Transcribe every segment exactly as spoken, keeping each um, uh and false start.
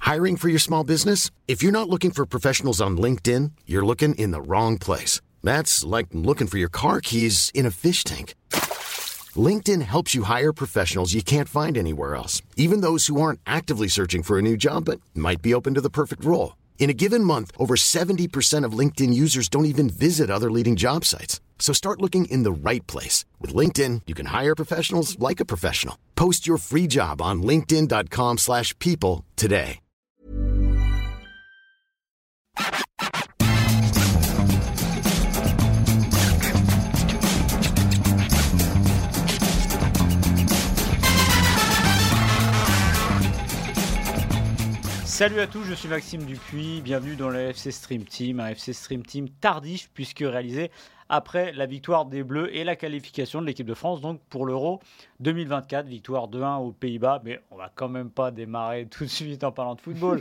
Hiring for your small business? If you're not looking for professionals on LinkedIn, you're looking in the wrong place. That's like looking for your car keys in a fish tank. LinkedIn helps you hire professionals you can't find anywhere else, even those who aren't actively searching for a new job but might be open to the perfect role. In a given month, over seventy percent of LinkedIn users don't even visit other leading job sites. So start looking in the right place. With LinkedIn, you can hire professionals like a professional. Post your free job on linkedin.com slash people today. Salut à tous, je suis Maxime Dupuis, bienvenue dans le F C Stream Team, un F C Stream Team tardif puisque réalisé après la victoire des Bleus et la qualification de l'équipe de France donc pour l'Euro deux mille vingt-quatre, victoire deux un aux Pays-Bas, mais on va quand même pas démarrer tout de suite en parlant de football.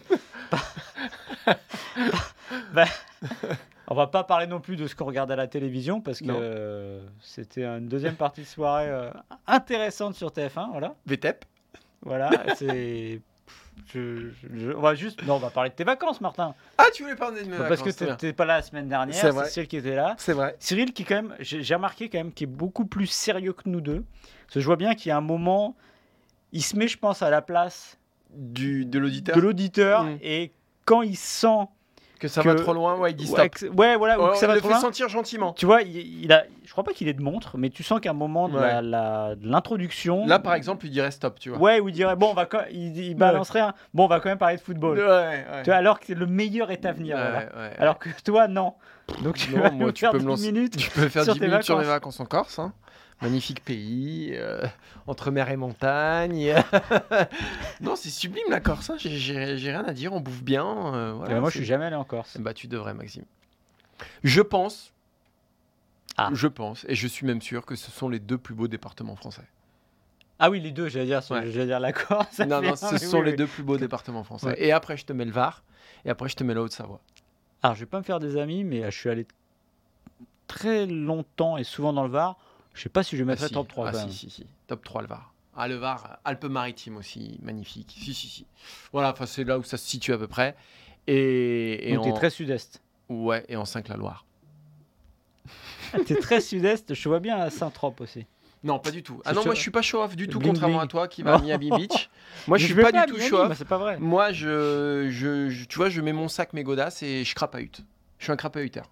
ben, on va pas parler non plus de ce qu'on regarde à la télévision parce que euh, c'était une deuxième partie de soirée euh, intéressante sur T F un, voilà. V T E P. Voilà, c'est... Je, je, je, on va juste, non, on va parler de tes vacances, Martin. Ah, tu voulais parler de mes Parce vacances. Parce que tu n'étais pas là la semaine dernière, c'est, c'est Cyril qui était là. C'est vrai. Cyril qui, quand même, j'ai, j'ai remarqué quand même, qui est beaucoup plus sérieux que nous deux. Parce que je vois bien qu'il y a un moment, il se met, je pense, à la place du, de l'auditeur. De l'auditeur mmh. Et quand il sent que ça que... va trop loin, ouais, il dit stop. Ouais, que... ouais voilà, ouais, ou que ça on va le trop fait loin. sentir gentiment. Tu vois, il, il a, je crois pas qu'il ait de montre, mais tu sens qu'à un moment de, ouais. la, la, de l'introduction. Là, par exemple, il dirait stop, tu vois. Ouais, ou il dirait bon, on va, il, il balancerait un, bon, on va quand même parler de football. Ouais, ouais. Tu vois, alors que le meilleur est à venir. Ouais, voilà. ouais. Alors que toi, non. Donc tu non, vas moi, nous tu faire peux me dix lancer... minutes. Tu peux faire sur dix tes minutes vacances. sur mes vacances en Corse. Hein. Magnifique pays, euh, entre mer et montagne. Non, c'est sublime la Corse. Hein. J'ai, j'ai, j'ai rien à dire. On bouffe bien. Euh, voilà, bah, moi, c'est... je suis jamais allé en Corse. Bah, tu devrais, Maxime. Je pense, ah. je pense, et je suis même sûr que ce sont les deux plus beaux départements français. Ah oui, les deux, j'allais dire, ouais. j'allais dire la Corse. Non, non, ce sont oui, les oui. deux plus beaux départements français. Ouais. Et après, je te mets le Var, et après, je te mets la Haute-Savoie. Alors, je vais pas me faire des amis, mais je suis allé très longtemps et souvent dans le Var. Je sais pas si je vais mettre ah, si. top trois. Ah, si, si, si. Top trois, le Var. Ah, le Var, Alpes-Maritimes aussi, magnifique. Si, si, si. Voilà, c'est là où ça se situe à peu près. Et, et donc, en... t'es très sud-est. Ouais, et en cinq la Loire. T'es très sud-est, je vois bien à Saint-Trope aussi. Non, pas du tout. Ah c'est non, show... moi je suis pas show-off du tout, bling, contrairement bling. à toi qui va à Miami Beach. Moi je je suis pas, pas du tout Miami, show-off. C'est pas vrai. Moi je, je, je, tu vois, je mets mon sac, mes godasses et je crapahute. Je suis un crapahuteur.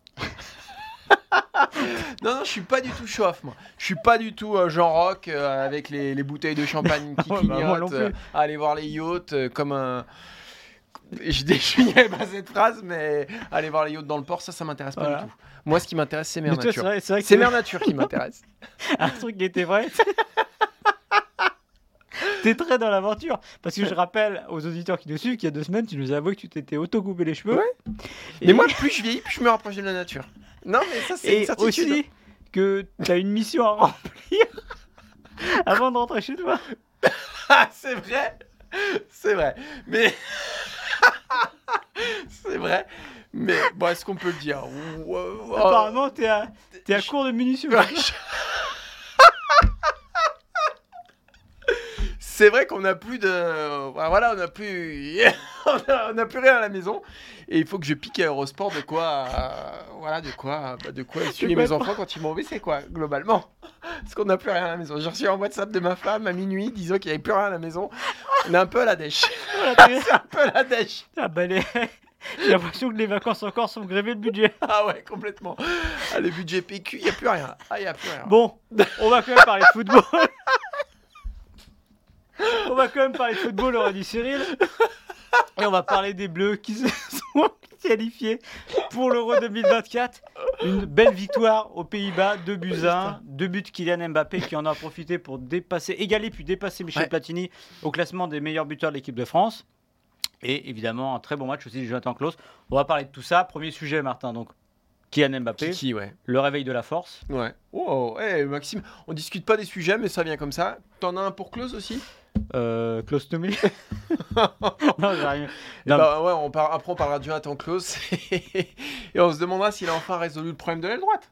non, non, je suis pas du tout show-off, moi. Je suis pas du tout euh, Jean Rock euh, avec les, les bouteilles de champagne qui ouais, clignotent, bah, euh, aller voir les yachts euh, comme un. Je déchouillais pas cette phrase, mais aller voir les yachts dans le port, ça, ça m'intéresse pas voilà. du tout. Moi, ce qui m'intéresse, c'est Mère toi, Nature. C'est, vrai, c'est, vrai que c'est Mère Nature qui m'intéresse. Un truc qui était vrai. T'es très dans l'aventure. Parce que je rappelle aux auditeurs qui nous suivent qu'il y a deux semaines, tu nous as avoué que tu t'étais auto-coupé les cheveux. Ouais. Et... Mais moi, plus je vieillis, plus je me rapproche de la nature. Non, mais ça, c'est et une certitude. Aussi que t'as une mission à remplir avant de rentrer chez toi. Ah, c'est vrai. C'est vrai. Mais... c'est vrai. Mais bon, est-ce qu'on peut le dire? Apparemment, t'es à, t'es à court de munitions. C'est vrai qu'on n'a plus de... Voilà, on n'a plus... on n'a plus rien à la maison. Et il faut que je pique à Eurosport de quoi... Euh, voilà, de quoi... Bah, de quoi essuyer mes enfants quand ils vont au W C, quoi, globalement. Parce qu'on n'a plus rien à la maison. J'ai reçu un WhatsApp de ma femme à minuit disant qu'il n'y avait plus rien à la maison. On est un peu à la dèche. C'est un peu à la dèche. Ah bah les... J'ai l'impression que les vacances encore sont grévées le budget. Ah ouais, complètement. Ah, le budget P Q, il n'y a plus rien. Ah, il n'y a plus rien. Bon, on va quand même parler de football. On va quand même parler de football, aurait dit Cyril. Et on va parler des Bleus qui se sont qualifiés pour l'Euro deux mille vingt-quatre. Une belle victoire aux Pays-Bas, deux buts à un. Deux buts de Kylian Mbappé qui en a profité pour dépasser, égaler puis dépasser Michel ouais. Platini au classement des meilleurs buteurs de l'équipe de France. Et évidemment, un très bon match aussi de Jonathan Klaus. On va parler de tout ça. Premier sujet, Martin, donc Kylian Mbappé, Kiki, ouais. Le réveil de la force. Ouais. Oh, hey, Maxime, on discute pas des sujets, mais ça vient comme ça. T'en as un pour Klaus aussi? Euh, Klaus Nomi. Non, j'ai rien. Non, bah, ouais, on par... Après, on parlera de Jonathan Klaus et on se demandera s'il a enfin résolu le problème de l'aile droite.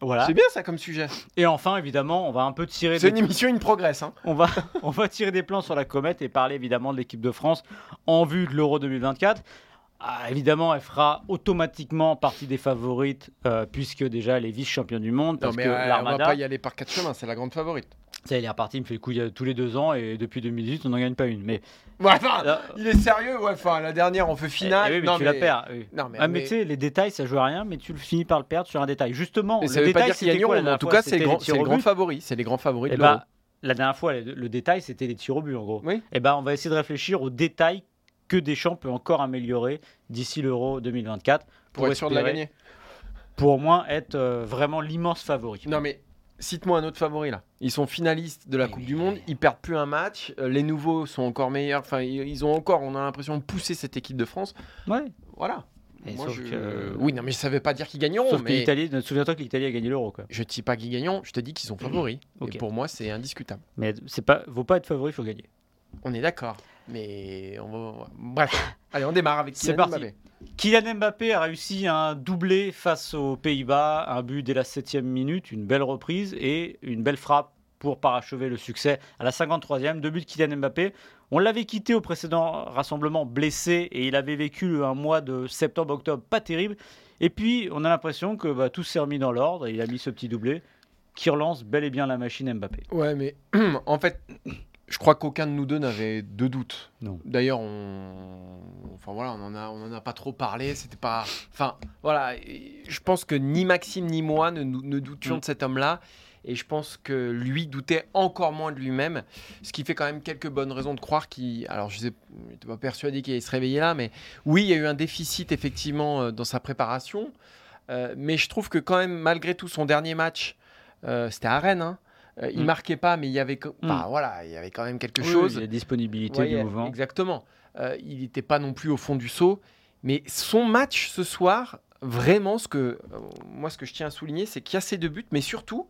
Voilà. C'est bien ça comme sujet. Et enfin, évidemment, on va un peu tirer. C'est des... une émission, une progresse. Hein. On va, on va tirer des plans sur la comète et parler évidemment de l'équipe de France en vue de l'Euro deux mille vingt-quatre. Ah, évidemment, elle fera automatiquement partie des favorites euh, puisque déjà elle est vice-championne du monde. Parce non mais que euh, l'Armada, on va pas y aller par quatre chemins, c'est la grande favorite. ça, elle est repartie, il me fait le coup il y a tous les deux ans et depuis deux mille dix-huit, on n'en gagne pas une. Mais Ouais, enfin, là, il est sérieux, ouais. Enfin, la dernière, on fait finale. eh, eh oui, mais non, tu mais... la perds. Oui. Non, mais, Ah, mais mais... tu sais, les détails, ça joue à rien, mais tu le finis par le perdre sur un détail. Justement, Et le ça veut détail, pas dire qu'ils c'était quoi, gagneront, la mais en dernière tout fois, cas, c'est c'était le grand, les c'est tirs le au grand but. favori. C'est les grands favoris Eh de l'Euro. bah, la dernière fois, le, le détail, c'était les tirs au but, en gros. Oui. Et ben, on va essayer de réfléchir aux détails que Deschamps peut encore améliorer d'ici l'Euro deux mille vingt-quatre Pour, être sûr de la espérer- gagner. pour au moins être euh, vraiment l'immense favori. Non, mais cite-moi un autre favori là. Ils sont finalistes de la Mais Coupe oui. du Monde. Ils perdent plus un match. Euh, Les nouveaux sont encore meilleurs. Enfin, ils ils ont encore, on a l'impression, poussé cette équipe de France. Ouais. Voilà. Et Moi, sauf je... que- Oui, non, mais ça veut pas dire qu'ils gagneront. Sauf que mais l'Italie, souviens-toi que l'Italie a gagné l'Euro, quoi. je ne dis pas qu'ils gagneront. Je te dis qu'ils sont favoris. Ok. Et pour moi, c'est indiscutable. Mais c'est pas, vaut pas être favori, il faut gagner. On est d'accord. Mais on va... bref. Allez, on démarre avec C'est Kylian parti. Mbappé. Kylian Mbappé a réussi un doublé face aux Pays-Bas, un but dès la septième minute, une belle reprise et une belle frappe pour parachever le succès à la cinquante-troisième. Deux buts de Kylian Mbappé. On l'avait quitté au précédent rassemblement blessé et il avait vécu un mois de septembre-octobre pas terrible. Et puis on a l'impression que bah, tout s'est remis dans l'ordre et il a mis ce petit doublé qui relance bel et bien la machine Mbappé. Ouais, mais en fait, je crois qu'aucun de nous deux n'avait de doute. Non. D'ailleurs, on, enfin voilà, on en a, on en a pas trop parlé. C'était pas, enfin voilà, et je pense que ni Maxime ni moi ne, nous- ne doutions Mm. de cet homme-là. Et je pense que lui doutait encore moins de lui-même, ce qui fait quand même quelques bonnes raisons de croire qu'il. Alors, je n'étais pas persuadé qu'il allait se réveiller là, mais oui, il y a eu un déficit effectivement euh, dans sa préparation. Euh, mais je trouve que quand même, malgré tout, son dernier match, euh, c'était à Rennes. Hein, euh, il Mm. marquait pas, mais il y avait, co- enfin, Mm. voilà, il y avait quand même quelque Oui, chose. la disponibilité Ouais, du mouvement. Exactement. Euh, il n'était pas non plus au fond du seau. Mais son match ce soir, vraiment, ce que, euh, moi, ce que je tiens à souligner, c'est qu'il y a ces deux buts, mais surtout,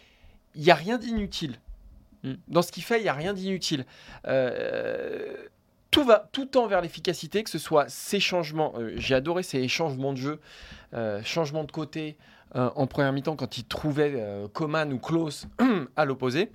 il n'y a rien d'inutile. Mm. Dans ce qu'il fait, il n'y a rien d'inutile. Euh, tout va tout tend vers l'efficacité, que ce soit ces changements. euh, j'ai adoré ces changements de jeu, euh, changements de côté euh, en première mi-temps quand il trouvait euh, Coman ou Klose à l'opposé.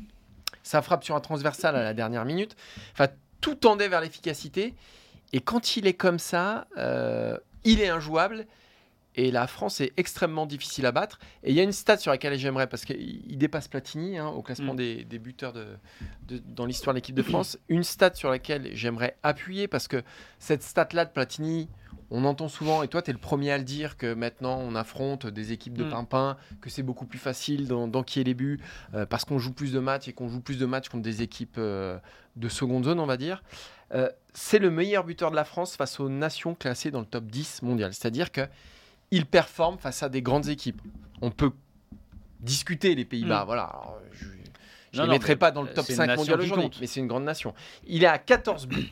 Ça frappe sur un transversal à la dernière minute. Enfin, tout tendait vers l'efficacité. Et quand il est comme ça, euh, il est injouable. Et la France est extrêmement difficile à battre. Et il y a une stat sur laquelle j'aimerais, parce qu'il il dépasse Platini hein, au classement Mm. des, des buteurs de, de- dans l'histoire de l'équipe de France. Une stat sur laquelle j'aimerais appuyer, parce que cette stat-là de Platini, on entend souvent, et toi tu es le premier à le dire, que maintenant on affronte des équipes de Mm. pimpins, que c'est beaucoup plus facile d'en- d'enquiller les buts, euh, parce qu'on joue plus de matchs et qu'on joue plus de matchs contre des équipes euh, de seconde zone, on va dire. Euh, c'est le meilleur buteur de la France face aux nations classées dans le top dix mondial. C'est-à-dire que il performe face à des grandes équipes. On peut discuter les Pays-Bas, Mm. voilà. Alors, je ne Non, les non, mettrai mais pas dans le top c'est une cinq nation mondial qui aujourd'hui, compte. mais c'est une grande nation. Il est à quatorze buts.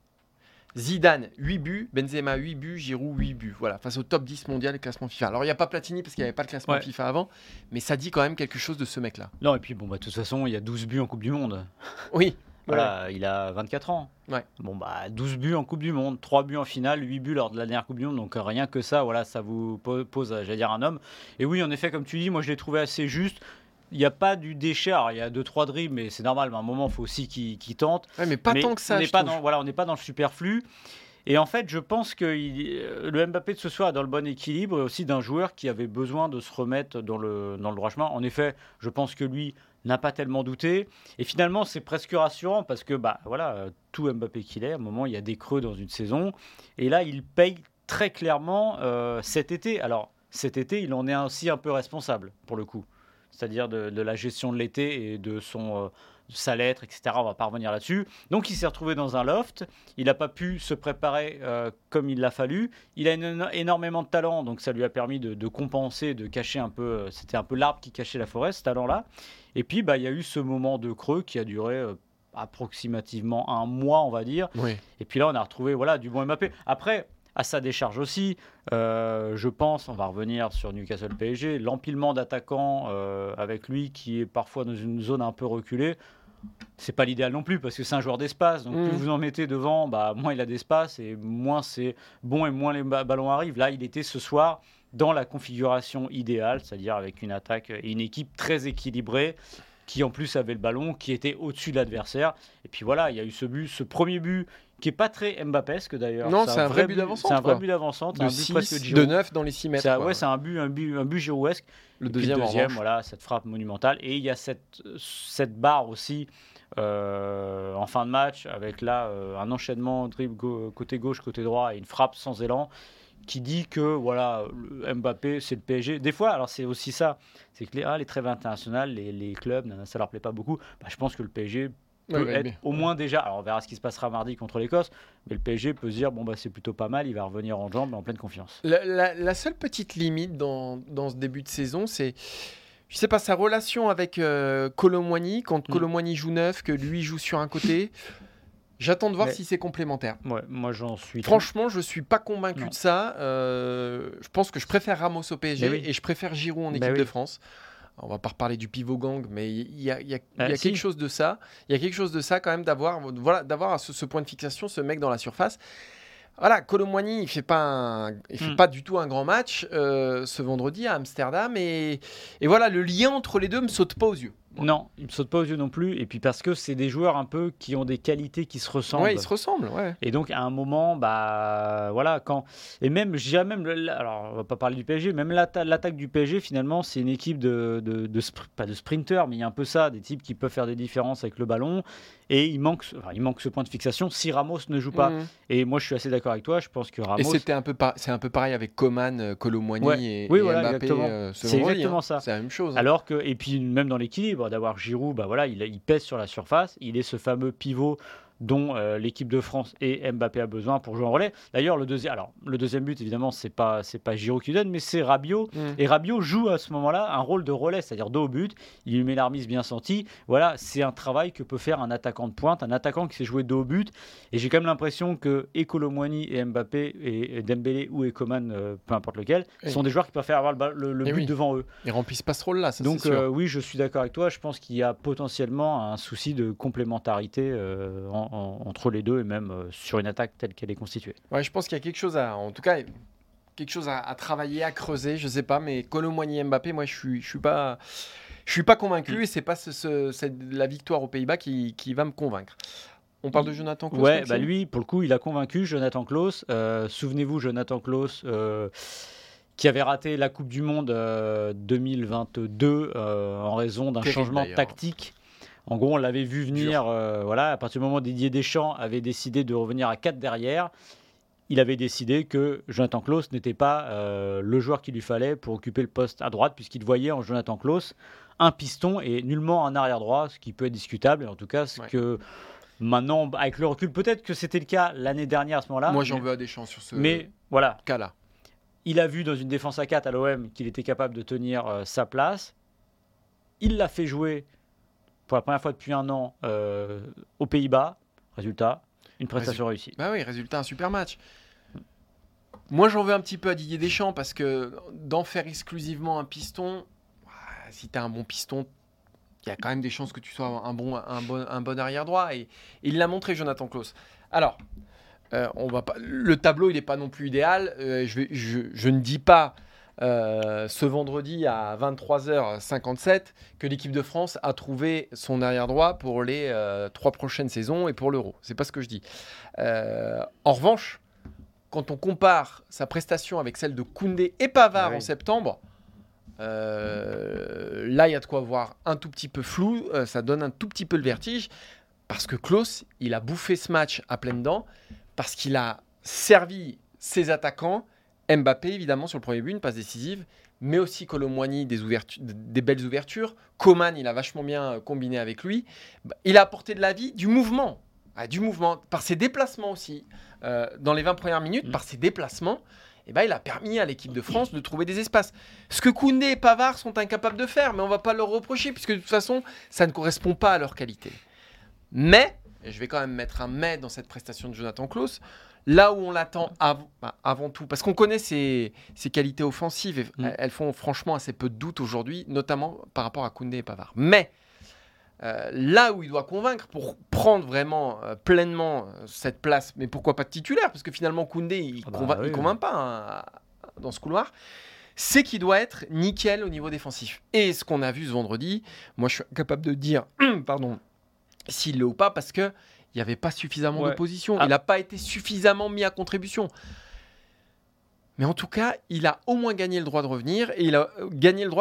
Zidane, huit buts. Benzema, huit buts. Giroud, huit buts. Voilà, face au top dix mondial et classement FIFA. Alors, il n'y a pas Platini parce qu'il n'y avait pas le classement Ouais. FIFA avant, mais ça dit quand même quelque chose de ce mec-là. Non, et puis bon, bah, de toute façon, il y a douze buts en Coupe du Monde. Oui. Voilà, il a vingt-quatre ans. Ouais. Bon, bah, douze buts en Coupe du Monde, trois buts en finale, huit buts lors de la dernière Coupe du Monde. Donc, euh, rien que ça, voilà, ça vous po- pose, euh, j'allais dire, un homme. Et oui, en effet, comme tu dis, moi, je l'ai trouvé assez juste. Il n'y a pas du déchet. Alors, il y a deux, trois dribbles, mais c'est normal. Mais à un moment, il faut aussi qu'il qu'il tente. Ouais, mais pas Mais tant que ça. On n'est je pas, trouve. dans, voilà, on n'est pas dans le superflu. Et en fait, je pense que il- euh, le Mbappé de ce soir est dans le bon équilibre et aussi d'un joueur qui avait besoin de se remettre dans le, dans le droit chemin. En effet, je pense que lui n'a pas tellement douté. Et finalement, c'est presque rassurant parce que bah, voilà, euh, tout Mbappé qu'il est, à un moment, il y a des creux dans une saison. Et là, il paye très clairement euh, cet été. Alors, cet été, il en est aussi un peu responsable, pour le coup. C'est-à-dire de, de la gestion de l'été et de son... euh, sa lettre, et cetera. On va pas revenir là-dessus. Donc, il s'est retrouvé dans un loft. Il n'a pas pu se préparer euh, comme il l'a fallu. Il a une- énormément de talent, donc ça lui a permis de, de compenser, de cacher un peu. euh, C'était un peu l'arbre qui cachait la forêt, ce talent-là. Et puis, bah, il y a eu ce moment de creux qui a duré euh, approximativement un mois, on va dire. Oui. Et puis là, on a retrouvé voilà, du bon Mbappé. Après, à sa décharge aussi, euh, je pense, on va revenir sur Newcastle P S G, l'empilement d'attaquants euh, avec lui qui est parfois dans une zone un peu reculée. C'est pas l'idéal non plus parce que c'est un joueur d'espace. Donc Mmh. plus vous en mettez devant, bah, moins il a d'espace et moins c'est bon et moins les ba- ballons arrivent. Là, il était ce soir dans la configuration idéale, c'est-à-dire avec une attaque et une équipe très équilibrée, qui en plus avait le ballon, qui était au-dessus de l'adversaire. Et puis voilà, il y a eu ce but, ce premier but, qui n'est pas très Mbappesque d'ailleurs. Non, c'est, c'est un vrai but d'avancante. C'est un vrai but d'avancante, de un six, but presque de Giroud. De neuf dans les six mètres. C'est, ouais, c'est un but, un but, un but girouesque. Le et deuxième, le deuxième, en voilà, cette frappe monumentale. Et il y a cette, cette barre aussi euh, en fin de match, avec là euh, un enchaînement dribble go- côté gauche, côté droit, et une frappe sans élan, qui dit que voilà, le Mbappé, c'est le P S G. Des fois, alors c'est aussi ça, c'est que les, ah, les trêves internationales, les, les clubs, ça leur plaît pas beaucoup. Bah, je pense que le P S G peut ouais, être mais... au moins déjà, alors on verra ce qui se passera mardi contre l'Écosse, mais le P S G peut se dire, bon bah c'est plutôt pas mal, il va revenir en jambes, en pleine confiance. La, la, la seule petite limite dans, dans ce début de saison, c'est, je sais pas, sa relation avec euh, Kolo Muani, quand mm. Kolo Muani joue neuf, que lui joue sur un côté... J'attends de voir mais, si c'est complémentaire. Ouais, moi j'en suis. Franchement, tout... je suis pas convaincu non. de ça. Euh, je pense que je préfère Ramos au P S G oui. et je préfère Giroud en équipe bah oui. de France. On va pas reparler du pivot gang, mais il y a, y a, bah, y a si. quelque chose de ça. Il y a quelque chose de ça quand même d'avoir, voilà, d'avoir à ce, ce point de fixation, ce mec dans la surface. Voilà, Kolo Muani, il fait pas, un, il fait mm. pas du tout un grand match euh, ce vendredi à Amsterdam et, et voilà, le lien entre les deux me saute pas aux yeux. Non, il ne me saute pas aux yeux non plus. Et puis parce que c'est des joueurs un peu qui ont des qualités qui se ressemblent. Ouais, ils se ressemblent, ouais. Et donc à un moment, bah voilà, quand et même, je dirais même, alors on va pas parler du P S G, même l'atta- l'attaque du P S G finalement, c'est une équipe de, de, de sp- pas de sprinters, mais il y a un peu ça, des types qui peuvent faire des différences avec le ballon. Et il manque, enfin, il manque ce point de fixation si Ramos ne joue pas. Mmh. Et moi, je suis assez d'accord avec toi. Je pense que Ramos. Et c'était un peu, par... c'est un peu pareil avec Coman, Kolo Muani ouais. et, oui, et voilà, Mbappé. Exactement. Euh, c'est exactement hein. ça. C'est la même chose. Hein. Alors que, et puis même dans l'équilibre, d'avoir Giroud, bah voilà, il, il pèse sur la surface. Il est ce fameux pivot dont euh, l'équipe de France et Mbappé a besoin pour jouer en relais. D'ailleurs, le deuxième, alors le deuxième but, évidemment, c'est pas c'est pas Giroud qui donne, mais c'est Rabiot. Mm. Et Rabiot joue à ce moment-là un rôle de relais, c'est-à-dire dos au but. Il lui met la remise bien sentie. Voilà, c'est un travail que peut faire un attaquant de pointe, un attaquant qui sait jouer dos au but. Et j'ai quand même l'impression que Kolo Muani et Mbappé et, et Dembélé ou Coman, euh, peu importe lequel, et sont des joueurs qui peuvent faire avoir le, le, le but oui. devant eux. Ils remplissent pas ce rôle-là. Ça, Donc c'est sûr. Euh, oui, je suis d'accord avec toi. Je pense qu'il y a potentiellement un souci de complémentarité euh, en, en, entre les deux. Et même euh, sur une attaque telle qu'elle est constituée. Ouais, je pense qu'il y a quelque chose à, en tout cas, quelque chose à, à travailler, à creuser, je sais pas, mais Kolo Muani et Mbappé, moi, je suis, je suis pas, je suis pas convaincu, mmh. et c'est pas ce, ce, c'est la victoire aux Pays-Bas qui, qui va me convaincre. On parle de Jonathan Klaus. Ouais, bah lui, pour le coup, il a convaincu Jonathan Klaus. Euh, souvenez-vous, Jonathan Klaus. Euh, qui avait raté la Coupe du Monde euh, deux mille vingt-deux euh, en raison d'un Terrible, changement d'ailleurs. tactique. En gros, on l'avait vu venir, euh, voilà, à partir du moment où Didier Deschamps avait décidé de revenir à quatre derrière, il avait décidé que Jonathan Klaus n'était pas euh, le joueur qu'il lui fallait pour occuper le poste à droite, puisqu'il voyait en Jonathan Klaus un piston et nullement un arrière droit, ce qui peut être discutable, et en tout cas, ce ouais. que maintenant, avec le recul, peut-être que c'était le cas l'année dernière à ce moment-là. Moi, j'en mais, veux à Deschamps sur ce mais, voilà. cas-là. Il a vu dans une défense à quatre à l'O M qu'il était capable de tenir euh, sa place. Il l'a fait jouer pour la première fois depuis un an euh, aux Pays-Bas. Résultat, une prestation Résul... réussie. Bah oui, résultat, un super match. Moi, j'en veux un petit peu à Didier Deschamps parce que d'en faire exclusivement un piston, si tu as un bon piston, il y a quand même des chances que tu sois un bon, un bon, un bon arrière droit. Et, et il l'a montré, Jonathan Klaus. Alors, euh, on va pas... le tableau, il n'est pas non plus idéal. Euh, je, vais, je, je ne dis pas... Euh, ce vendredi à vingt-trois heures cinquante-sept que l'équipe de France a trouvé son arrière droit pour les euh, trois prochaines saisons et pour l'Euro. C'est pas ce que je dis. Euh, en revanche, quand on compare sa prestation avec celle de Koundé et Pavard ah oui. en septembre, euh, là il y a de quoi voir un tout petit peu flou. Euh, ça donne un tout petit peu le vertige parce que Klaus, il a bouffé ce match à pleines dents parce qu'il a servi ses attaquants. Mbappé, évidemment, sur le premier but, une passe décisive, mais aussi Kolo Muani, des, ouvertures, des belles ouvertures. Coman, il a vachement bien combiné avec lui. Il a apporté de la vie, du mouvement, ah, du mouvement, par ses déplacements aussi. Euh, dans les vingt premières minutes, mmh. par ses déplacements, eh ben, il a permis à l'équipe de France de trouver des espaces. Ce que Koundé et Pavard sont incapables de faire, mais on ne va pas leur reprocher, puisque de toute façon, ça ne correspond pas à leur qualité. Mais, et je vais quand même mettre un mais dans cette prestation de Jonathan Klaus, là où on l'attend av- bah, avant tout, parce qu'on connaît ses, ses qualités offensives, et mmh. elles font franchement assez peu de doute aujourd'hui, notamment par rapport à Koundé et Pavard. Mais euh, là où il doit convaincre pour prendre vraiment euh, pleinement euh, cette place, mais pourquoi pas de titulaire, parce que finalement Koundé, il ne ah bah, convainc, oui, convainc oui. pas hein, dans ce couloir, c'est qu'il doit être nickel au niveau défensif. Et ce qu'on a vu ce vendredi, moi je suis incapable de dire pardon, s'il l'est ou pas, parce qu'il n'y avait pas suffisamment Ouais. d'opposition. Ah. Il n'a pas été suffisamment mis à contribution. Mais en tout cas, il a au moins gagné le droit de revenir et il a gagné le droit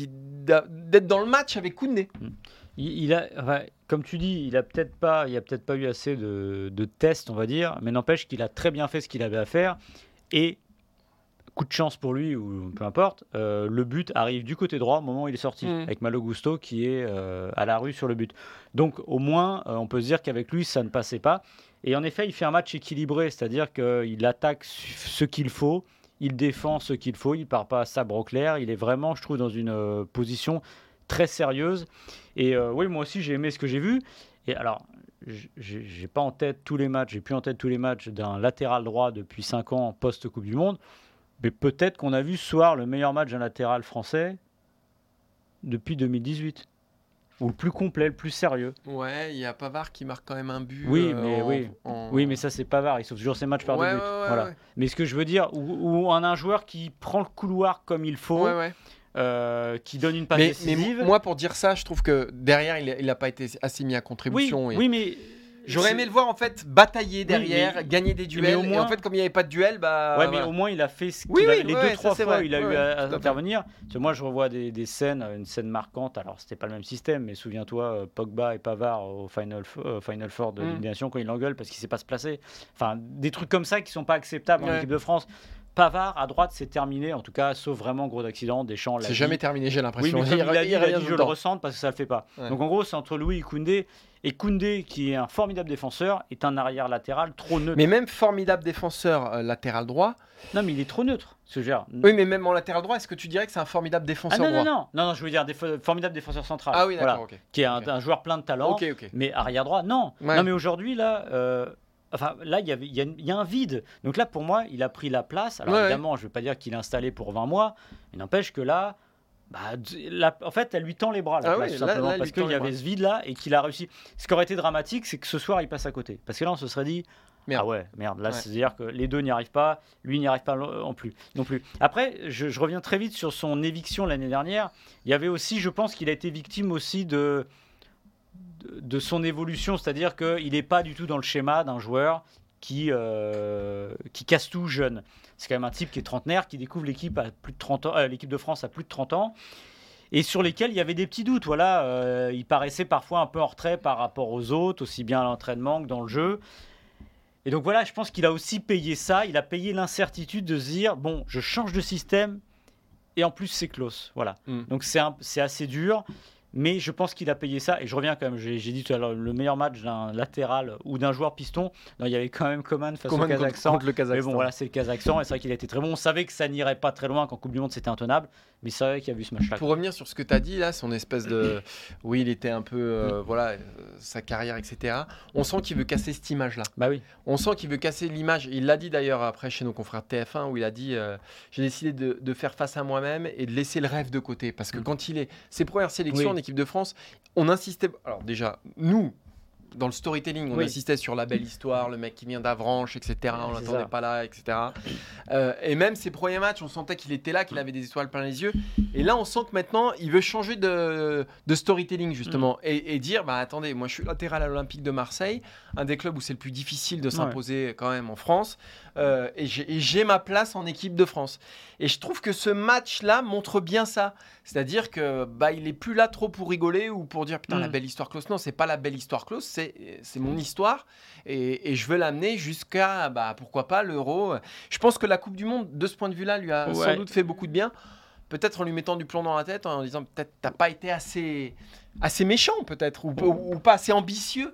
d'être dans le match avec Koundé. Il, il a, enfin, comme tu dis, il a peut-être pas, il a peut-être pas eu assez de, de tests, on va dire, mais n'empêche qu'il a très bien fait ce qu'il avait à faire. Et coup de chance pour lui ou peu importe, euh, le but arrive du côté droit au moment où il est sorti, Mm. avec Malo Gusto qui est euh, à la rue sur le but. Donc au moins, euh, on peut se dire qu'avec lui, ça ne passait pas. Et en effet, il fait un match équilibré, c'est-à-dire qu'il attaque ce qu'il faut. Il défend ce qu'il faut, il part pas à sabre au clair. Il est vraiment, je trouve, dans une euh, position très sérieuse. Et euh, oui, moi aussi, j'ai aimé ce que j'ai vu. Et alors, j- j'ai j'ai pas en tête tous les matchs, j'ai plus en tête tous les matchs d'un latéral droit depuis cinq ans post-Coupe du Monde. Mais peut-être qu'on a vu ce soir le meilleur match d'un latéral français depuis deux mille dix-huit. Ou le plus complet, le plus sérieux. Ouais, il y a Pavard qui marque quand même un but. Oui, euh, mais en- oui. en- Oui, mais ça, c'est Pavard. Il sauve toujours ses matchs par Ouais, deux buts. ouais, ouais, voilà. ouais. Mais ce que je veux dire, ou, ou un, un joueur qui prend le couloir comme il faut, Ouais, ouais. euh, qui donne une passe Mais, mais décisive. moi, pour dire ça, je trouve que derrière, il n'a pas été assez mis à oui, contribution. et oui, mais J'aurais c'est- aimé le voir en fait batailler derrière, mais- gagner des mais duels. au Et moins- en fait, comme il n'y avait pas de duel, bah. Ouais, mais voilà. au moins il a fait ce qu'il Oui, oui, avait- les ouais, deux ça, trois c'est fois vrai. il a Ouais, eu à, ouais, à tout à fait. intervenir. Parce que moi je revois des, des scènes, une scène marquante. Alors c'était pas le même système, mais souviens-toi euh, Pogba et Pavard au Final F- euh, Final Four de Mm. Ligue des Nations quand il l'engueule parce qu'il sait pas se placer. Enfin des trucs comme ça qui sont pas acceptables en Ouais. équipe de France. Pavard à droite c'est terminé en tout cas sauf vraiment gros d'accident. Deschamps l'a C'est dit. jamais terminé, j'ai Oui, l'impression. mais comme il a dit, il a revient dit, je tout le temps. ressens parce que ça le fait pas. Ouais. Donc en gros, c'est entre Louis et Koundé. Et Koundé, qui est un formidable défenseur, est un arrière latéral trop neutre. Mais même formidable défenseur euh, latéral droit. Non, mais il est trop neutre, ce genre. Oui, mais même en latéral droit, est-ce que tu dirais que c'est un formidable Ah défenseur non, droit non, non, non, non, je veux dire déf- formidable défenseur central. Ah oui, d'accord, Voilà. ok. Qui est un, Ok. un joueur plein de talent. Ok, ok. Mais arrière droit, non. Ouais. Non, mais aujourd'hui, là, euh, enfin, là, il y avait- il y, a une- il y a un vide. Donc là, pour moi, il a pris la place. Alors Ouais, évidemment, je ne veux pas dire qu'il est installé pour vingt mois. Il n'empêche que là, bah, d- la- en fait, elle lui tend les bras, la Ah place, oui, tout là- simplement. là, elle parce lui tend qu'il y les avait bras. ce vide-là et qu'il a réussi. Ce qui aurait été dramatique, c'est que ce soir, il passe à côté. Parce que là, on se serait dit. Merde. Ah ouais, merde. Là, Ouais. c'est-à-dire que les deux n'y arrivent pas, lui n'y arrive pas non plus. Non plus. Après, je, je reviens très vite sur son éviction l'année dernière. Il y avait aussi, je pense qu'il a été victime aussi de, de, de son évolution, c'est-à-dire qu'il n'est pas du tout dans le schéma d'un joueur qui, euh, qui casse tout jeune. C'est quand même un type qui est trentenaire, qui découvre l'équipe à plus de trente ans, euh, l'équipe de France à plus de trente ans. Et sur lesquels il y avait des petits doutes. Voilà, euh, il paraissait parfois un peu en retrait par rapport aux autres, aussi bien à l'entraînement que dans le jeu. Et donc voilà, je pense qu'il a aussi payé ça. Il a payé l'incertitude de se dire bon, je change de système et en plus c'est close. Voilà. Mm. Donc c'est, un- c'est assez dur, mais je pense qu'il a payé ça. Et je reviens quand même, j'ai, j'ai dit tout à l'heure, le meilleur match d'un latéral ou d'un joueur piston. Non, il y avait quand même Coman face Coman au contre- Kazakhstan. contre le Kazakhstan. Mais bon, voilà, c'est le Kazakhstan. Et c'est vrai qu'il a été très bon. On savait que ça n'irait pas très loin qu'en Coupe du Monde c'était intenable. Mais c'est vrai qu'il y a vu ce match-là. Pour revenir sur ce que tu as dit, là, son espèce de. Oui, il était un peu. euh, voilà, euh, sa carrière, et cetera. On sent qu'il veut casser cette image-là. Bah oui. On sent qu'il veut casser l'image. Il l'a dit d'ailleurs après chez nos confrères de T F un, où il a dit euh, j'ai décidé de, de faire face à moi-même et de laisser le rêve de côté. Parce que Mm. quand il est. Ses premières sélections Oui. en équipe de France, on insistait. Alors, déjà, nous. Dans le storytelling, on Oui. insistait sur la belle histoire, le mec qui vient d'Avranches, et cetera. On C'est l'attendait ça. pas là, et cetera. Euh, et même ses premiers matchs, on sentait qu'il était là, qu'il avait des étoiles plein les yeux. Et là, on sent que maintenant, il veut changer de, de storytelling, justement. Et, et dire, bah attendez, moi je suis latéral à l'Olympique de Marseille, un des clubs où c'est le plus difficile de s'imposer quand même en France. Euh, et j'ai et j'ai ma place en équipe de France. Et je trouve que ce match-là montre bien ça. C'est-à-dire que bah, il est plus là trop pour rigoler ou pour dire putain Mm. la belle histoire close. Non, c'est pas la belle histoire close, c'est c'est mon histoire et, et je veux l'amener jusqu'à bah pourquoi pas l'Euro. Je pense que la Coupe du Monde de ce point de vue-là lui a sans Ouais. doute fait beaucoup de bien. Peut-être en lui mettant du plomb dans la tête, en disant peut-être t'as pas été assez assez méchant peut-être ou, ou- ou pas assez ambitieux.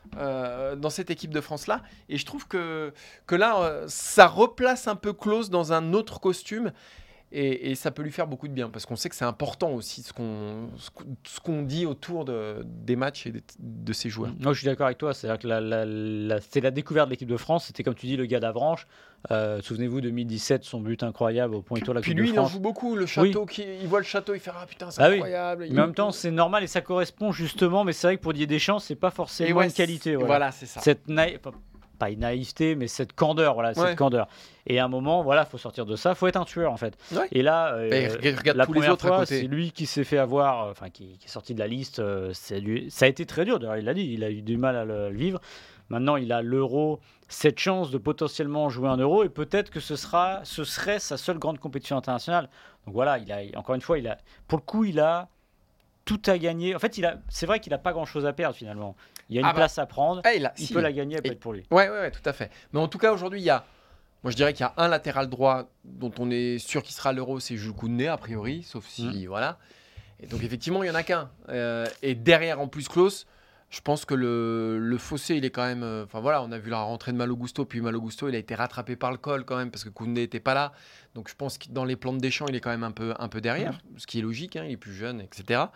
euh, dans cette équipe de France-là. Et je trouve que, que là, euh, ça replace un peu Klose dans un autre costume. Et, et ça peut lui faire beaucoup de bien, parce qu'on sait que c'est important aussi ce qu'on, ce qu'on- ce qu'on dit autour de, des matchs et de, de ces joueurs. Moi, je suis d'accord avec toi. C'est-à-dire que la, la, la- c'est la découverte de l'équipe de France. C'était, comme tu dis, le gars d'Avranches. Euh, souvenez-vous, deux mille dix-sept, son but incroyable au point étoile de la Puis Coupe lui, de il en France. joue beaucoup. Le château, qui, il voit le château, il fait ah putain, c'est Ah oui. incroyable. Mais Il- en même temps, c'est normal et ça correspond justement. Mais c'est vrai que pour Didier Deschamps, c'est pas et forcément ouais, une qualité. c'est- Voilà. voilà, c'est ça. Cette naï- enfin, pas une naïveté, mais cette candeur, voilà, Ouais. cette candeur. Et à un moment, voilà, faut sortir de ça, faut être un tueur en fait. Ouais. Et là, euh, Mais regarde la tous les première autres à fois, côté. c'est lui qui s'est fait avoir, euh, enfin qui, qui est sorti de la liste. euh, c'est lui- ça a été très dur. D'ailleurs, il l'a dit, il a eu du mal à le, le vivre. Maintenant, il a l'Euro, cette chance de potentiellement jouer un Euro, et peut-être que ce sera, ce serait sa seule grande compétition internationale. Donc voilà, il a, encore une fois, il a, pour le coup, il a tout à gagner. En fait, il a, c'est vrai qu'il n'a pas grand-chose à perdre finalement. Il y a une Ah bah, place à prendre. Ah, il a- Il si. peut la gagner, elle peut Et- être pour lui. Ouais, ouais, ouais, tout à fait. Mais en tout cas, aujourd'hui, il y a. Moi, je dirais qu'il y a un latéral droit dont on est sûr qu'il sera à l'Euro, c'est Jules Koundé, a priori, sauf si. Voilà. Et donc, effectivement, il n'y en a qu'un. Euh, et derrière, en plus, Klose, je pense que le, le fossé, il est quand même. euh, Enfin, voilà, on a vu la rentrée de Malo Gusto, puis Malo Gusto, il a été rattrapé par le col quand même, parce que Koundé n'était pas là. Donc, je pense que dans les plans de Deschamps, il est quand même un peu, un peu derrière, ce qui est logique, hein, il est plus jeune, et cetera.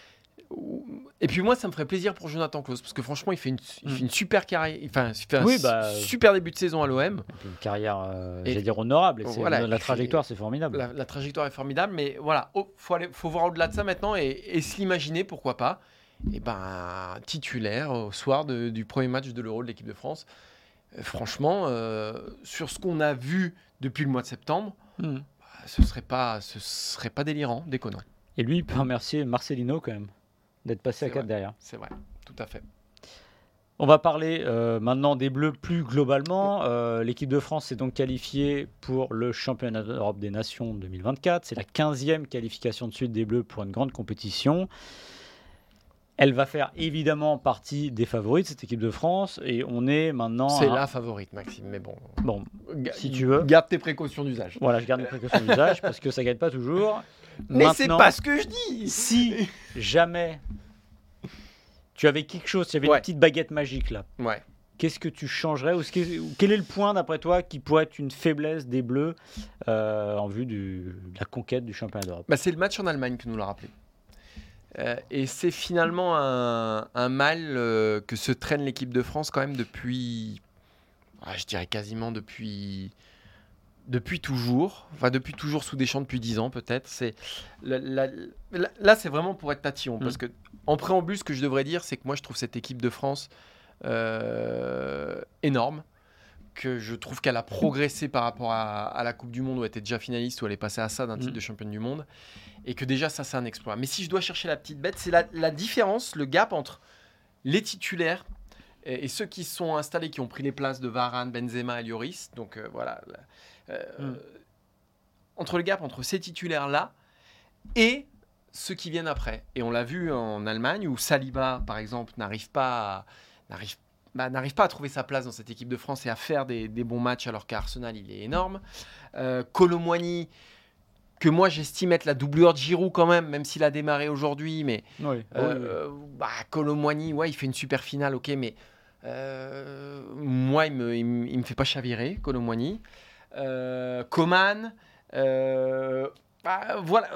Et puis moi, ça me ferait plaisir pour Jonathan Klose, parce que franchement, il fait une, il fait une super carrière, enfin, il fait un Oui, s- bah, super début de saison à l'O M. Et puis une carrière, euh, Et- j'allais dire honorable. Et c'est- Voilà, la et trajectoire, c'est formidable. La, la trajectoire est formidable, mais voilà, il faut, aller- faut voir au-delà de ça maintenant et, et se l'imaginer, pourquoi pas. Et ben, titulaire au soir de- du premier match de l'Euro de l'équipe de France. Euh, franchement, euh, sur ce qu'on a vu depuis le mois de septembre, Mhm. bah, ce serait pas, ce serait pas délirant, déconnant. Et lui, il peut remercier Marcelino quand même d'être passé à C'est quatre vrai. derrière. C'est vrai, tout à fait. On va parler euh, maintenant des Bleus plus globalement. Euh, l'équipe de France s'est donc qualifiée pour le championnat d'Europe des Nations deux mille vingt-quatre. C'est la quinzième qualification de suite des Bleus pour une grande compétition. Elle va faire évidemment partie des favoris de cette équipe de France. Et on est maintenant... C'est à- la favorite, Maxime, mais bon. Bon, Ga- si tu veux. Garde tes précautions d'usage. voilà, je garde mes précautions d'usage parce que ça ne gagne pas toujours. Mais c'est Maintenant, pas ce que je dis. si jamais tu avais quelque chose, tu avais Ouais. une petite baguette magique là, Ouais. qu'est-ce que tu changerais ou, ce qui- ou quel est le point d'après toi qui pourrait être une faiblesse des Bleus euh, en vue du- de la conquête du championnat d'Europe? Bah, c'est le match en Allemagne que nous l'a rappelé. Euh, et c'est finalement un, un mal euh, que se traîne l'équipe de France quand même depuis, ah, je dirais quasiment depuis, depuis toujours. Enfin, depuis toujours sous Deschamps, depuis dix ans peut-être. C'est, la- la- la- là, c'est vraiment pour être tatillon. Parce que en préambule, ce que je devrais dire, c'est que moi, je trouve cette équipe de France euh, énorme. Que je trouve qu'elle a progressé par rapport à, à la Coupe du Monde où elle était déjà finaliste, où elle est passée à ça d'un titre Mhm. de championne du monde. Et que déjà, ça, c'est un exploit. Mais si je dois chercher la petite bête, c'est la, la différence, le gap entre les titulaires et, et ceux qui sont installés, qui ont pris les places de Varane, Benzema et Lloris. Donc euh, voilà. Euh, Mhm. Entre le gap entre ces titulaires-là et ceux qui viennent après. Et on l'a vu en Allemagne où Saliba, par exemple, n'arrive pas à, n'arrive, bah, n'arrive pas à trouver sa place dans cette équipe de France et à faire des, des bons matchs alors qu'à Arsenal, il est énorme. Euh, Kolo Muani, que moi j'estime être la doublure de Giroud quand même, même s'il a démarré aujourd'hui, mais Oui. euh, bah, Kolo Muani, ouais, il fait une super finale, ok, mais euh, moi, il me, il, me, il me fait pas chavirer, Kolo Muani. Euh, Coman, euh, bah, voilà.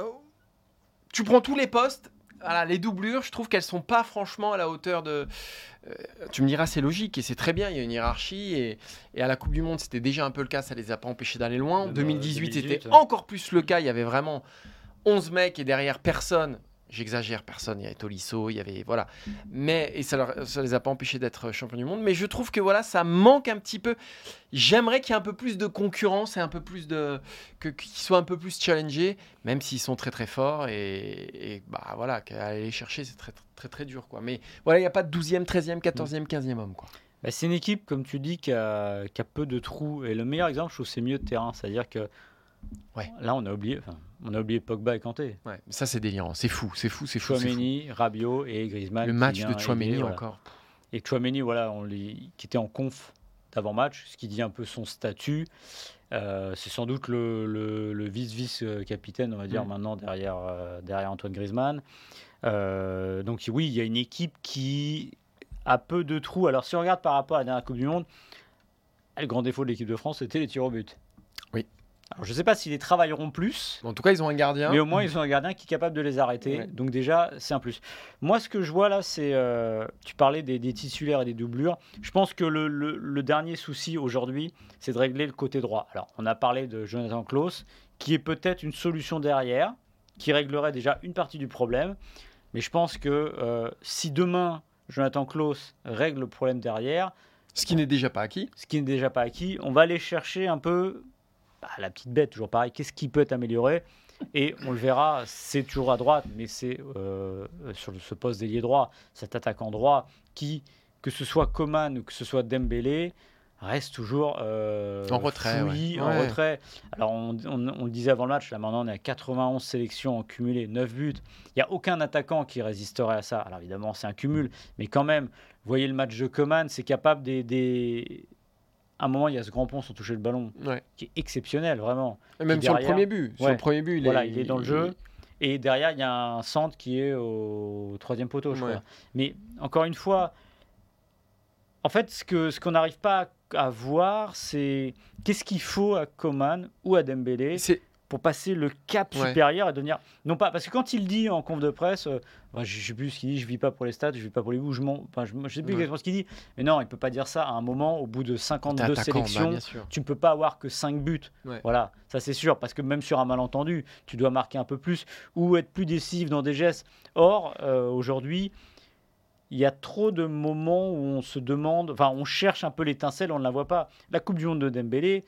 Tu prends tous les postes, voilà, les doublures, je trouve qu'elles sont pas franchement à la hauteur de. Euh, tu me diras, c'est logique et c'est très bien, il y a une hiérarchie et, et à la Coupe du Monde, c'était déjà un peu le cas, ça les a pas empêchés d'aller loin. En Euh, deux mille dix-huit, deux mille dix-huit, c'était ouais. encore plus le cas, il y avait vraiment onze mecs et derrière personne. J'exagère, personne. Il y avait Tolisso, il y avait voilà. Mais et ça, leur, ça les a pas empêchés d'être champions du monde. Mais je trouve que voilà, ça manque un petit peu. J'aimerais qu'il y ait un peu plus de concurrence et un peu plus de que qu'ils soient un peu plus challengés, même s'ils sont très très forts et, et bah voilà, qu'aller les chercher c'est très, très très très dur quoi. Mais voilà, il y a pas de douzième, treizième, quatorzième, quinzième homme quoi. Bah, c'est une équipe, comme tu dis, qui a, qui a peu de trous. Et le meilleur exemple, je trouve, c'est milieu de terrain. C'est-à-dire que Ouais. là, on a oublié, enfin, on a oublié Pogba et Kanté. Ouais, mais ça c'est délirant, c'est fou, c'est fou, c'est fou. c'est fou. Chouameni, Rabiot et Griezmann. Le qui match vient de Chouameni aider, voilà. encore. Et Chouameni, voilà, on les, qui était en conf d'avant-match, ce qui dit un peu son statut. Euh, c'est sans doute le, le, le vice-vice-capitaine, on va dire, Mm. maintenant, derrière, euh, derrière Antoine Griezmann. Euh, donc oui, il y a une équipe qui a peu de trous. Alors si on regarde par rapport à la dernière Coupe du Monde, le grand défaut de l'équipe de France, c'était les tirs au but. Oui. Alors je ne sais pas s'ils les travailleront plus. En tout cas, ils ont un gardien. Mais au moins, ils ont un gardien qui est capable de les arrêter. Ouais. Donc déjà, c'est un plus. Moi, ce que je vois là, c'est... euh, tu parlais des, des titulaires et des doublures. Je pense que le, le- le dernier souci aujourd'hui, c'est de régler le côté droit. Alors, on a parlé de Jonathan Klose, qui est peut-être une solution derrière, qui réglerait déjà une partie du problème. Mais je pense que euh, si demain, Jonathan Klose règle le problème derrière, Ce qui n'est déjà pas acquis. Ce qui n'est déjà pas acquis. On va aller chercher un peu bah, la petite bête, toujours pareil. Qu'est-ce qui peut être amélioré ? Et on le verra, c'est toujours à droite, mais c'est euh, sur ce poste d'ailier droit, cet attaquant droit qui, que ce soit Coman ou que ce soit Dembélé, reste toujours euh, en retrait. fouillis, Ouais. en Ouais. retrait. Alors, on, on, on le disait avant le match, là maintenant on est à quatre-vingt-onze sélections en cumulé, neuf buts. Il n'y a aucun attaquant qui résisterait à ça. Alors évidemment, c'est un cumul, mais quand même, vous voyez le match de Coman, c'est capable des... des... À un moment, il y a ce grand pont sans toucher le ballon, Ouais. qui est exceptionnel, vraiment. Et même Qui sur le derrière- premier but. Sur Ouais. le premier but, il Voilà, est, il est dans le jeu. Et derrière, il y a un centre qui est au troisième poteau, je Ouais. crois. Mais encore une fois, en fait, ce que ce qu'on n'arrive pas à, à voir, c'est qu'est-ce qu'il faut à Coman ou à Dembélé C'est pour passer le cap Ouais. supérieur et devenir non pas parce que quand il dit en conf de presse, euh, bah, je sais plus ce qu'il dit, je vis pas pour les stats, je vis pas pour les bouts, je m'en, enfin, je, je sais plus Ouais. exactement ce qu'il dit, mais non, il peut pas dire ça à un moment au bout de T'es cinquante-deux attaquant, bah, sélections. bien sûr. Tu ne peux pas avoir que cinq buts. Ouais. Voilà, ça c'est sûr, parce que même sur un malentendu, tu dois marquer un peu plus ou être plus décisif dans des gestes. Or, euh, aujourd'hui, il y a trop de moments où on se demande, enfin, on cherche un peu l'étincelle, on ne la voit pas. La Coupe du Monde de Dembélé,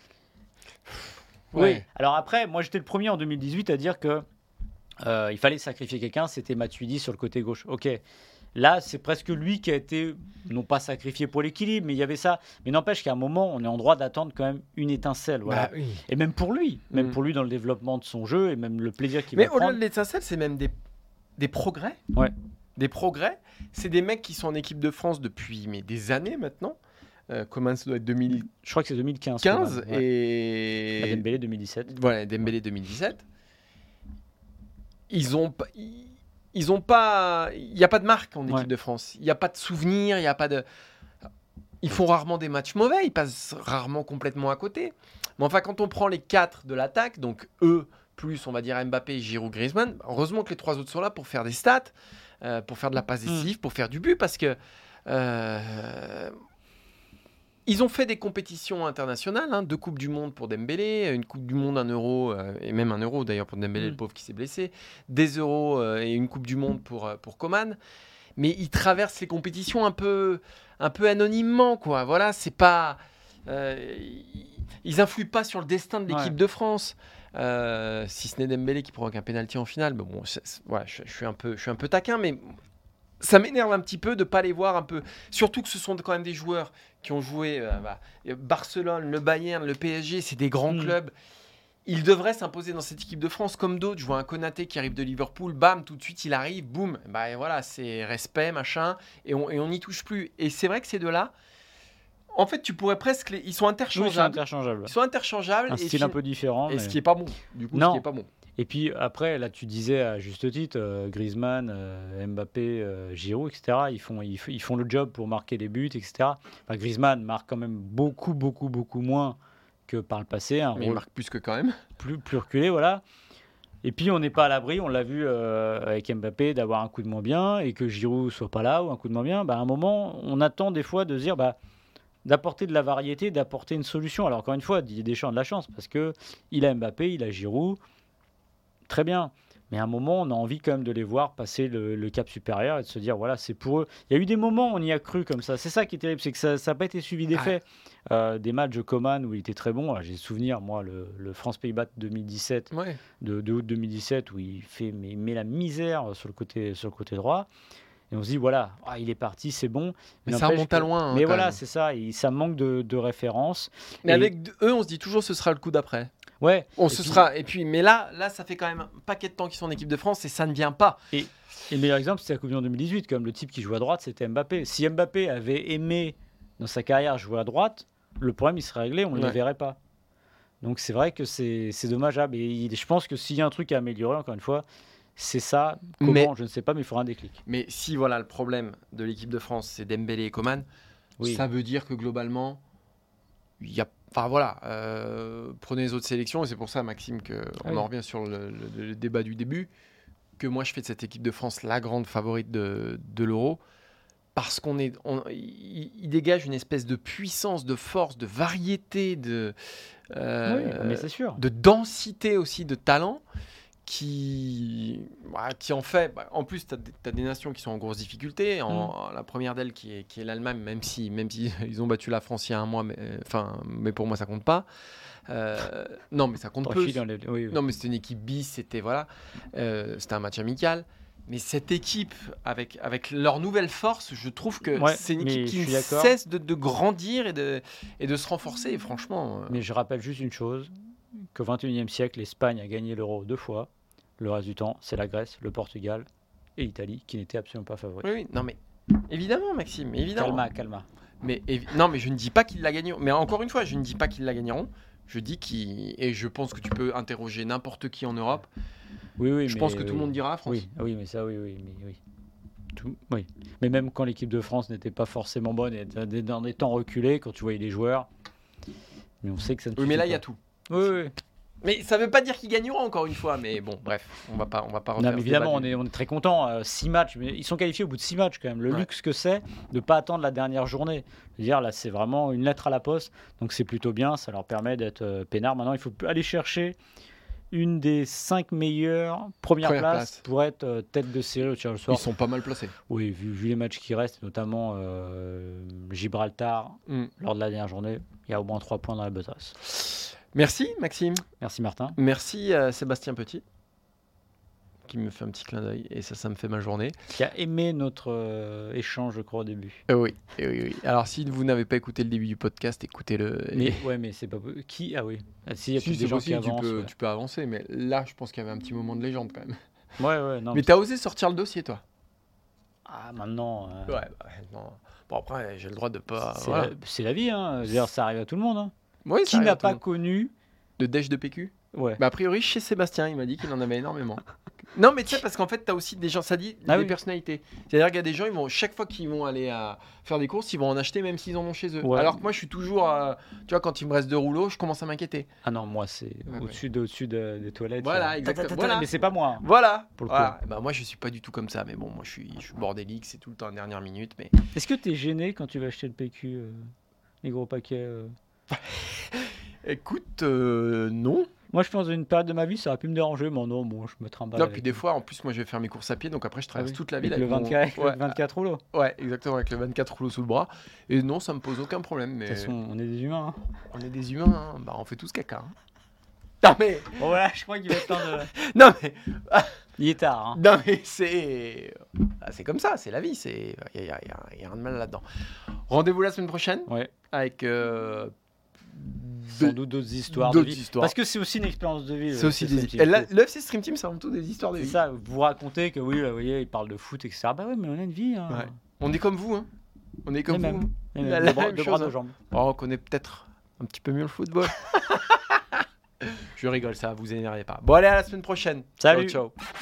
oui. Ouais. Alors après, moi j'étais le premier en deux mille dix-huit à dire que euh, il fallait sacrifier quelqu'un, c'était Matuidi sur le côté gauche. Ok. Là, c'est presque lui qui a été, non pas sacrifié pour l'équilibre, mais il y avait ça. Mais n'empêche qu'à un moment, on est en droit d'attendre quand même une étincelle. Voilà. Bah oui. Et même pour lui, même Mm. pour lui dans le développement de son jeu et même le plaisir qu'il Mais va au-delà prendre. de l'étincelle, c'est même des, des progrès. Ouais. Des progrès. C'est des mecs qui sont en équipe de France depuis mais, des années maintenant. Euh, Coman, ça doit être deux mille Je crois que c'est deux mille quinze. quinze. Coman, ouais. Et Bah, Dembélé deux mille dix-sept. Voilà, Dembélé deux mille dix-sept. Ils ont pas. Ils, ils ont pas. Il n'y a pas de marque en équipe Ouais. de France. Il n'y a pas de souvenir. Il n'y a pas de. Ils font rarement des matchs mauvais. Ils passent rarement complètement à côté. Mais enfin, quand on prend les quatre de l'attaque, donc eux plus, on va dire Mbappé, Giroud, Griezmann. Heureusement que les trois autres sont là pour faire des stats, euh, pour faire de la passe décisive, pour faire du but, parce que. euh, Ils ont fait des compétitions internationales, hein, deux Coupes du Monde pour Dembélé, une Coupe du Monde, un Euro, euh, et même un Euro d'ailleurs pour Dembélé, Mm. le pauvre qui s'est blessé, des Euros euh, et une Coupe du Monde pour, euh, pour Coman. Mais ils traversent les compétitions un peu, un peu anonymement, quoi. Voilà, c'est pas... euh, ils influent pas sur le destin de l'équipe Ouais. de France. Euh, si ce n'est Dembélé qui provoque un pénalty en finale, mais bon, c'est- c'est- voilà, je, je suis un peu, je suis un peu taquin, mais ça m'énerve un petit peu de pas les voir un peu. Surtout que ce sont quand même des joueurs qui ont joué euh, bah, Barcelone, le Bayern, le P S G, c'est des grands Mm. clubs. Ils devraient s'imposer dans cette équipe de France comme d'autres. Je vois un Konaté qui arrive de Liverpool, bam, tout de suite il arrive, boum, bah et voilà, c'est respect, machin, et on et on n'y touche plus. Et c'est vrai que ces deux-là, en fait, tu pourrais presque, les... ils sont Oui, c'est interchangeables. interchangeable. Ils sont interchangeables. Un et style fin- un peu différent. Et mais- ce qui est pas bon. Du coup, ce Non. qui est pas bon. Et puis après, là, tu disais à juste titre, euh, Griezmann, euh, Mbappé, euh, Giroud, et cetera. Ils font, ils, f- ils font le job pour marquer les buts, et cetera. Enfin, Griezmann marque quand même beaucoup, beaucoup, beaucoup moins que par le passé. Un Mais il rôle marque plus que quand même. plus, plus reculé, voilà. Et puis on n'est pas à l'abri, on l'a vu euh, avec Mbappé, d'avoir un coup de moins bien et que Giroud soit pas là ou un coup de moins bien. Bah, à un moment, on attend des fois de se dire, bah, d'apporter de la variété, d'apporter une solution. Alors encore une fois, Didier Deschamps a de la chance parce que il a Mbappé, il a Giroud, très bien. Mais à un moment, on a envie quand même de les voir passer le, le cap supérieur et de se dire, voilà, c'est pour eux. Il y a eu des moments où on y a cru comme ça. C'est ça qui est terrible, c'est que ça n'a pas été suivi d'effet. Euh, des matchs de Coman où il était très bon. Alors, j'ai souvenir, moi, le, le France-Pays-Bas deux mille dix-sept, Ouais. de, de août deux mille dix-sept, où il fait mais, mais la misère sur le côté, sur le côté droit. Et on se dit, voilà, ah, il est parti, c'est bon. Mais ça n'empêche remonte à que- loin. hein, mais quand voilà, même. c'est ça. Et ça manque de, de référence. Mais Et- avec d- eux, on se dit toujours ce sera le coup d'après. Ouais. On Et se puis- sera. Et puis, mais là, là, ça fait quand même un paquet de temps qu'ils sont en équipe de France et ça ne vient pas. Et le meilleur exemple, c'était la Coupe du Monde deux mille dix-huit. Comme le type qui joue à droite, c'était Mbappé. Si Mbappé avait aimé, dans sa carrière, jouer à droite, le problème, il serait réglé, on ne Ouais. le verrait pas. Donc c'est vrai que c'est c'est dommageable. Et il- je pense que s'il y a un truc à améliorer, encore une fois, c'est ça. Comment, Mais- je ne sais pas, mais il faudra un déclic. Mais si voilà le problème de l'équipe de France, c'est Dembélé et Coman, Oui. ça veut dire que globalement, il y a. Enfin voilà, euh, prenez les autres sélections et c'est pour ça, Maxime, que on Oui. en revient sur le, le- le débat du début, que moi je fais de cette équipe de France la grande favorite de, de l'Euro. Parce qu'on est, on- il, il dégage une espèce de puissance, de force, de variété, de, euh, Oui, mais c'est sûr. de densité aussi, de talent, qui, bah, qui en fait, bah, en plus, tu as des nations qui sont en grosse difficulté. En, mm. La première d'elles qui est, qui est l'Allemagne, même si, même si ils ont battu la France il y a un mois, mais, enfin, mais pour moi, ça compte pas. Euh, non, mais ça compte peu. Les... Oui, oui. Non, mais c'était une équipe bis, c'était, voilà, euh, c'était un match amical. Mais cette équipe, avec, avec leur nouvelle force, je trouve que ouais, c'est une équipe qui ne cesse de, de grandir et de, et de se renforcer. Et franchement. Euh... Mais je rappelle juste une chose, qu'au vingt et unième siècle, l'Espagne a gagné l'Euro deux fois. Le reste du temps, c'est la Grèce, le Portugal et l'Italie qui n'étaient absolument pas favoris. Oui, oui, non mais évidemment, Maxime, évidemment. Calma, calma. Mais évi- non, mais je ne dis pas qu'ils la gagneront. Mais encore une fois, je ne dis pas qu'ils la gagneront. Je dis qu'ils et je pense que tu peux interroger n'importe qui en Europe. Oui, oui. Je mais pense que oui. tout le monde dira France. Oui, oui, mais ça, oui, oui, mais oui. Tout, oui. Mais même quand l'équipe de France n'était pas forcément bonne et dans des temps reculés, quand tu voyais les joueurs, mais on sait que ça ne. Oui, mais là, il y a tout. Oui, oui. Mais ça ne veut pas dire qu'ils gagneront encore une fois. Mais bon, bref, on va pas, on va pas refaire. Non, mais évidemment, on est, on est très content. Euh, six matchs, mais ils sont qualifiés au bout de six matchs quand même. Le ouais. luxe que c'est de pas attendre la dernière journée. Je veux dire, là, c'est vraiment une lettre à la poste. Donc c'est plutôt bien. Ça leur permet d'être euh, peinards. Maintenant, il faut aller chercher une des cinq meilleures premières Première places place. Pour être euh, tête de série au tirage au sort. Ils sont pas mal placés. Oui, vu, vu les matchs qui restent, notamment euh, Gibraltar mm. lors de la dernière journée, il y a au moins trois points dans la besace. Merci Maxime. Merci Martin. Merci à Sébastien Petit qui me fait un petit clin d'œil et ça, ça me fait ma journée. Qui a aimé notre euh, échange, je crois, au début. Euh, oui, et oui, oui. Alors si vous n'avez pas écouté le début du podcast, écoutez-le. Mais et... ouais, mais c'est pas qui ah oui. Ah, si, il y a si, des gens possible, qui avancent. Tu peux, ouais. tu peux avancer, mais là, je pense qu'il y avait un petit moment de légende quand même. Ouais, ouais. Non. Mais, mais t'as osé sortir le dossier, toi? Ah, maintenant. Euh... Ouais, bah, non. Bon après, j'ai le droit de pas. C'est, voilà. la, c'est la vie, hein. D'ailleurs, ça arrive à tout le monde. Hein. Oui, qui n'a pas connu de Dèche de P Q? Ouais. Bah, a priori, chez Sébastien, il m'a dit qu'il en avait énormément. Non, mais tu sais, parce qu'en fait, tu as aussi des gens, ça dit, ah des oui. personnalités. C'est-à-dire qu'il y a des gens, ils vont, chaque fois qu'ils vont aller à faire des courses, ils vont en acheter même s'ils en ont chez eux. Ouais. Alors que moi, je suis toujours, euh, tu vois, quand il me reste deux rouleaux, je commence à m'inquiéter. Ah non, moi, c'est ouais, au-dessus, ouais. de, au-dessus de, des toilettes. Voilà, exactement. Tata, tata, voilà. Mais c'est pas moi. Hein, voilà. Pour le voilà. Bah, moi, je suis pas du tout comme ça, mais bon, moi, je suis, je suis bordélique, c'est tout le temps en dernière minute. Mais... Est-ce que tu es gêné quand tu vas acheter le P Q, euh, les gros paquets euh... Écoute, euh, non. Moi, je pense qu'une période de ma vie, ça aurait pu me déranger, mais non, bon, je me trimballe. Non, puis des fois, en plus, moi, je vais faire mes courses à pied, donc après, je traverse ah oui. toute la ville avec, avec, le, vingt-quatre, avec ouais. le vingt-quatre rouleaux. Ouais, exactement, avec le vingt-quatre rouleaux sous le bras. Et non, ça me pose aucun problème. Mais... De toute façon, on est des humains. Hein. On est des humains, hein. Bah, on fait tous caca. Hein. Non, mais. Bon, voilà, je crois qu'il va être temps de. Non, mais. Il est tard. Hein. Non, mais c'est. C'est comme ça, c'est la vie. Il n'y a, a, a, a rien de mal là-dedans. Rendez-vous la semaine prochaine. Ouais. Avec. Euh... Sans doute d'autres histoires d'autres de vie. Histoires. Parce que c'est aussi une expérience de vie. C'est aussi des histoires. Le F C Stream Team, c'est avant tout des histoires de c'est vie. C'est ça, vous racontez que oui, là, vous voyez, il parle de foot, et cetera. Bah ouais, mais on a une vie. Hein. Ouais. On est comme vous, hein. On est comme et vous. Même. Et la, même. La de bras, même de, chose, bras hein. de jambes. Oh, on connaît peut-être un petit peu mieux le football. Je rigole, ça, vous énervez pas. Bon, allez, à la semaine prochaine. Salut. Ciao, ciao.